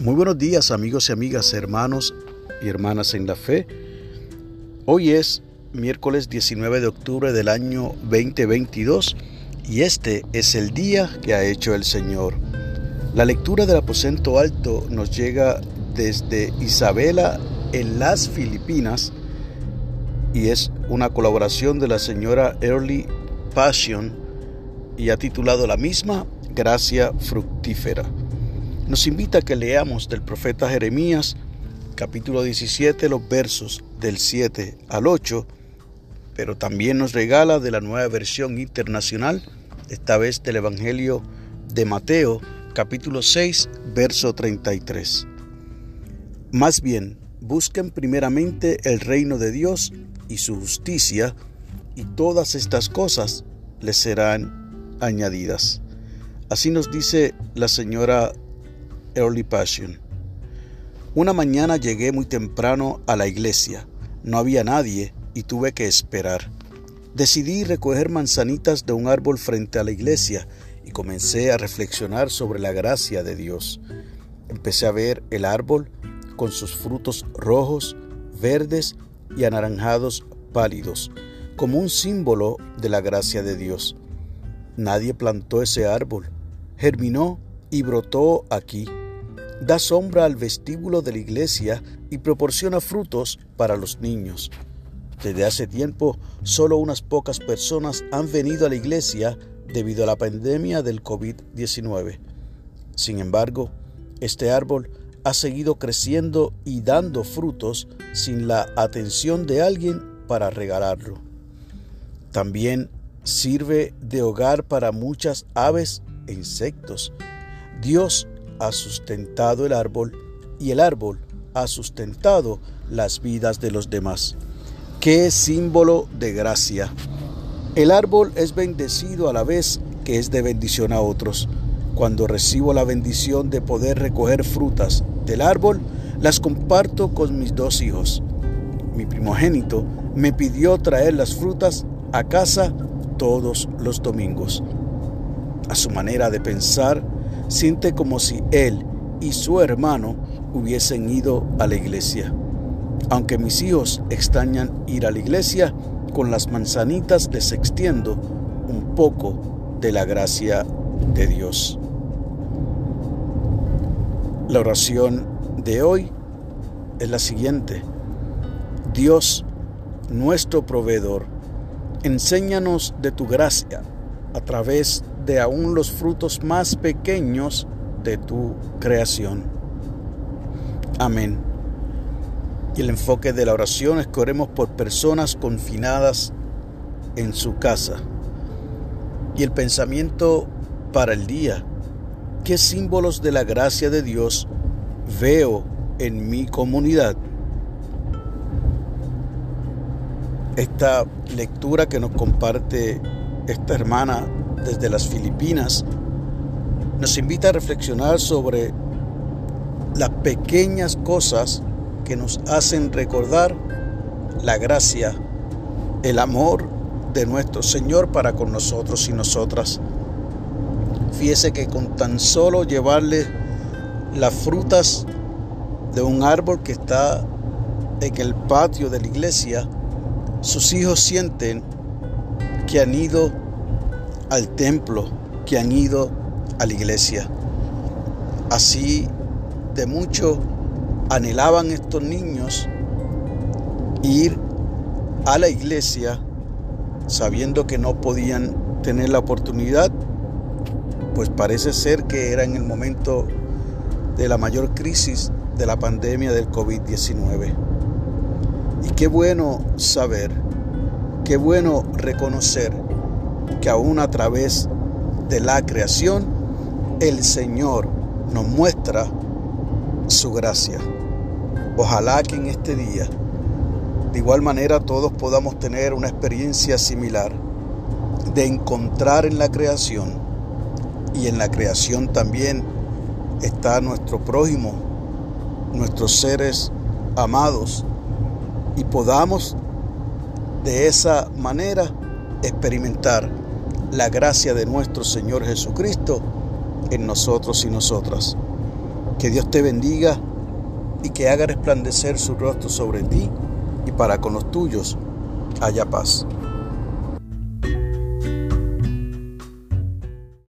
Muy buenos días, amigos y amigas, hermanos y hermanas en la fe. Hoy es miércoles 19 de octubre del año 2022 y este es el día que ha hecho el Señor. La lectura del aposento alto nos llega desde Isabela en las Filipinas y es una colaboración de la señora Early Passion y ha titulado la misma Gracia Fructífera. Nos invita a que leamos del profeta Jeremías, capítulo 17, los versos del 7 al 8, pero también nos regala de la Nueva Versión Internacional, esta vez del Evangelio de Mateo, capítulo 6, verso 33. Más bien, busquen primeramente el reino de Dios y su justicia, y todas estas cosas les serán añadidas. Así nos dice la señora Early Passion. Una mañana llegué muy temprano a la iglesia. No había nadie y tuve que esperar. Decidí recoger manzanitas de un árbol frente a la iglesia y comencé a reflexionar sobre la gracia de Dios. Empecé a ver el árbol con sus frutos rojos, verdes y anaranjados pálidos, como un símbolo de la gracia de Dios. Nadie plantó ese árbol. Germinó y brotó aquí. Da sombra al vestíbulo de la iglesia y proporciona frutos para los niños. Desde hace tiempo, solo unas pocas personas han venido a la iglesia debido a la pandemia del COVID-19. Sin embargo, este árbol ha seguido creciendo y dando frutos sin la atención de alguien para regalarlo. También sirve de hogar para muchas aves e insectos. Dios ha sustentado el árbol y el árbol ha sustentado las vidas de los demás. ¡Qué símbolo de gracia! El árbol es bendecido a la vez que es de bendición a otros. Cuando recibo la bendición de poder recoger frutas del árbol, las comparto con mis dos hijos. Mi primogénito me pidió traer las frutas a casa todos los domingos. A su manera de pensar, siente como si él y su hermano hubiesen ido a la iglesia. Aunque mis hijos extrañan ir a la iglesia, con las manzanitas les extiendo un poco de la gracia de Dios. La oración de hoy es la siguiente. Dios, nuestro proveedor, enséñanos de tu gracia a través de aún los frutos más pequeños de tu creación. Amén. Y el enfoque de la oración es que oremos por personas confinadas en su casa. Y el pensamiento para el día: ¿qué símbolos de la gracia de Dios veo en mi comunidad? Esta lectura que nos comparte esta hermana desde las Filipinas nos invita a reflexionar sobre las pequeñas cosas que nos hacen recordar la gracia, el amor de nuestro Señor para con nosotros y nosotras. Fíjese que con tan solo llevarle las frutas de un árbol que está en el patio de la iglesia, sus hijos sienten que han ido al templo, que han ido a la iglesia. Así de mucho anhelaban estos niños ir a la iglesia, sabiendo que no podían tener la oportunidad, pues parece ser que era en el momento de la mayor crisis de la pandemia del COVID-19. Y qué bueno saber, qué bueno reconocer que aún a través de la creación, el Señor nos muestra su gracia. Ojalá que en este día, de igual manera, todos podamos tener una experiencia similar de encontrar en la creación, y en la creación también está nuestro prójimo, nuestros seres amados, y podamos de esa manera experimentar la gracia de nuestro Señor Jesucristo en nosotros y nosotras. Que Dios te bendiga y que haga resplandecer su rostro sobre ti y para con los tuyos haya paz.